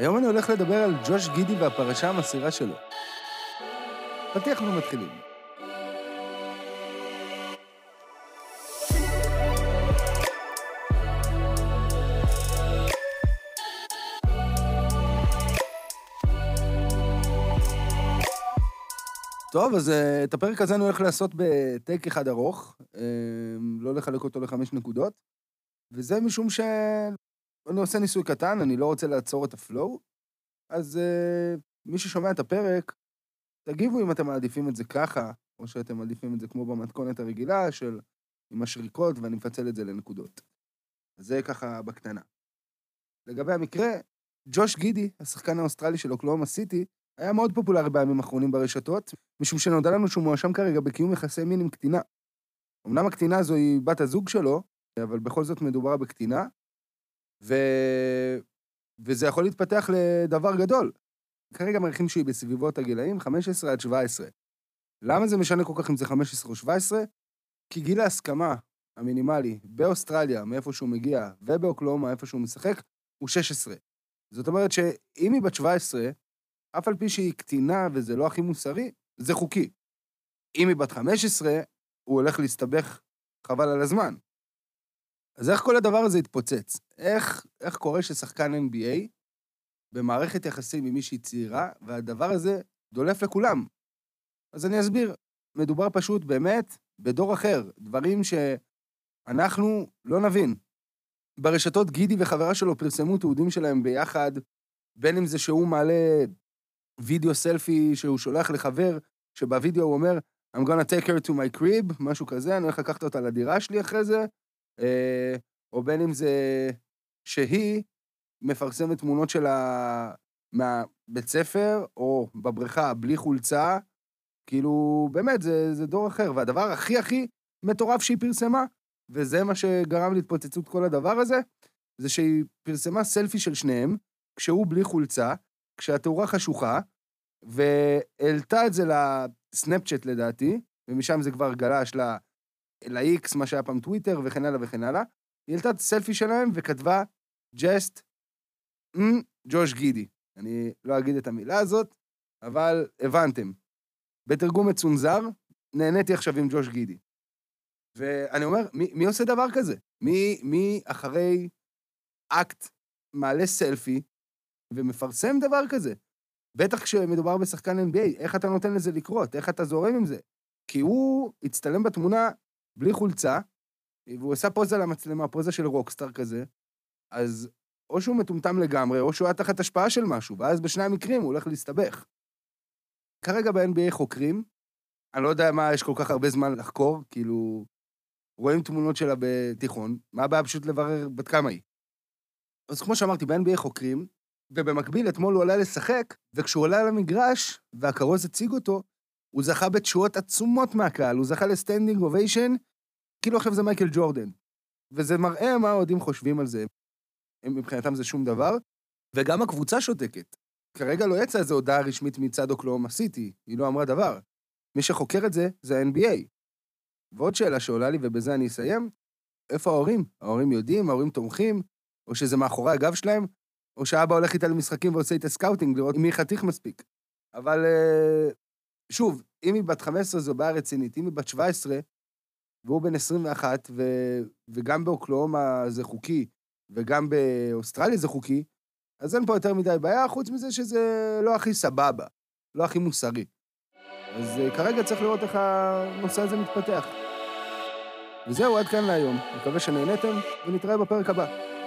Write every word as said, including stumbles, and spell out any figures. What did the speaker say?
היום אני הולך לדבר על ג'וש גידי והפרשה המסעירה שלו. פתיח ומתחילים. טוב, אז uh, את הפרק הזה אני הולך לעשות בטייק אחד ארוך, uh, לא לחלק אותו לחמש נקודות, וזה משום שאני עושה ניסוי קטן, אני לא רוצה לעצור את הפלואו, אז uh, מי ששומע את הפרק, תגיבו אם אתם מעדיפים את זה ככה, או שאתם מעדיפים את זה כמו במתכונת הרגילה של עם השריקות, ואני מפצל את זה לנקודות. אז זה ככה בקטנה. לגבי המקרה, ג'וש גידי, השחקן האוסטרלי של אוקלהומה סיטי, היה מאוד פופולרי בימים האחרונים ברשתות, משום שנודע לנו שהוא מואשם כרגע בקיום יחסי מין עם קטינה. אמנם הקטינה הזו היא בת הזוג שלו, אבל בכל זאת מדובר בקטינה, ו... וזה יכול להתפתח לדבר גדול. כרגע מעריכים שהיא בסביבות הגילאים חמש עשרה עד שבע עשרה. למה זה משנה כל כך אם זה חמש עשרה או שבע עשרה? כי גיל ההסכמה המינימלי באוסטרליה, מאיפה שהוא מגיע, ובאוקלהומה, איפה שהוא משחק, הוא שש עשרה. זאת אומרת שאם היא בת שבע עשרה, אף על פי שהיא קטינה וזה לא הכי מוסרי, זה חוקי. אם היא בת חמש עשרה, הוא הולך להסתבך חבל על הזמן. אז איך כל הדבר הזה התפוצץ? איך, איך קורה ששחקן אן בי איי במערכת יחסים עם מישהי צעירה, והדבר הזה דולף לכולם? אז אני אסביר. מדובר פשוט באמת בדור אחר, דברים שאנחנו לא נבין. ברשתות גידי וחברה שלו פרסמו תיעודים שלהם ביחד, בין אם זה שהוא מעלה וידאו סלפי שהוא שולח לחבר, שבווידאו הוא אומר, I'm gonna take her to my crib, משהו כזה, אני הולך לקחת אותה לדירה שלי אחרי זה, או בין אם זה שהיא מפרסמת תמונות שלה מהבית ספר, או בבריכה בלי חולצה, כאילו באמת זה, זה דור אחר, והדבר הכי הכי מטורף שהיא פרסמה, וזה מה שגרם להתפוצצות כל הדבר הזה, זה שהיא פרסמה סלפי של שניהם, כשהוא בלי חולצה, כשהתאורה חשוכה, והעלתה את זה לסנאפצ'אט לדעתי, ומשם זה כבר גלש ל-X, מה שהיה פעם טוויטר, וכן הלאה וכן הלאה, היא העלתה את הסלפי שלהם וכתבה, just, mm, ג'וש גידי. אני לא אגיד את המילה הזאת, אבל הבנתם. בתרגום מצונזר, נהניתי עכשיו עם ג'וש גידי. ואני אומר, מי, מי עושה דבר כזה? מי, מי אחרי אקט מעלה סלפי, ומפרסם דבר כזה? בטח כשמדובר בשחקן אן בי איי, איך אתה נותן לזה לקרות? איך אתה זורם עם זה? כי הוא הצטלם בתמונה בלי חולצה, והוא עשה פוזה למצלמה, פוזה של רוקסטאר כזה, אז או שהוא מטומטם לגמרי, או שהוא היה תחת השפעה של משהו, ואז בשני המקרים הוא הולך להסתבך. כרגע ב-אן בי איי חוקרים, אני לא יודע מה יש כל כך הרבה זמן לחקור, כאילו, רואים תמונות שלה בתיכון, מה הבעיה פשוט לברר בת כמה היא? אז כמו שאמרתי, ב-אן בי איי חוקרים, ובמקביל, אתמול הוא עלה לשחק, וכשהוא עלה למגרש, והקרוז הציג אותו, הוא זכה בתשואות עצומות מהקהל, הוא זכה לסטנדינג אוביישן, כאילו עכשיו זה מייקל ג'ורדן. וזה מראה מה האוהדים חושבים על זה. הם, מבחינתם זה שום דבר, וגם הקבוצה שותקת. כרגע לא יצא איזו הודעה רשמית מצד אוקלהומה סיטי, היא לא אמרה דבר. מי שחוקר את זה, זה ה-אן בי איי. ועוד שאלה שעולה לי, ובזה אני אסיים, איפה ההורים? ההורים יודעים, ההורים תומכים, או שזה מאחורי הגב שלהם, או שהאבא הולך איתה למשחקים ועושה איתה סקאוטינג, לראות מי חתיך מספיק. אבל שוב, אם היא בת חמש עשרה זו בעיה רצינית, אם היא בת שבע עשרה, והוא בן עשרים ואחת, ו... וגם באוקלהומה זה חוקי, וגם באוסטרליה זה חוקי, אז אין פה יותר מדי בעיה, חוץ מזה שזה לא הכי סבבה, לא הכי מוסרי. אז כרגע צריך לראות איך הנושא הזה מתפתח. וזהו, עד כאן להיום. מקווה שנהנתם, ונתראה בפרק הבא.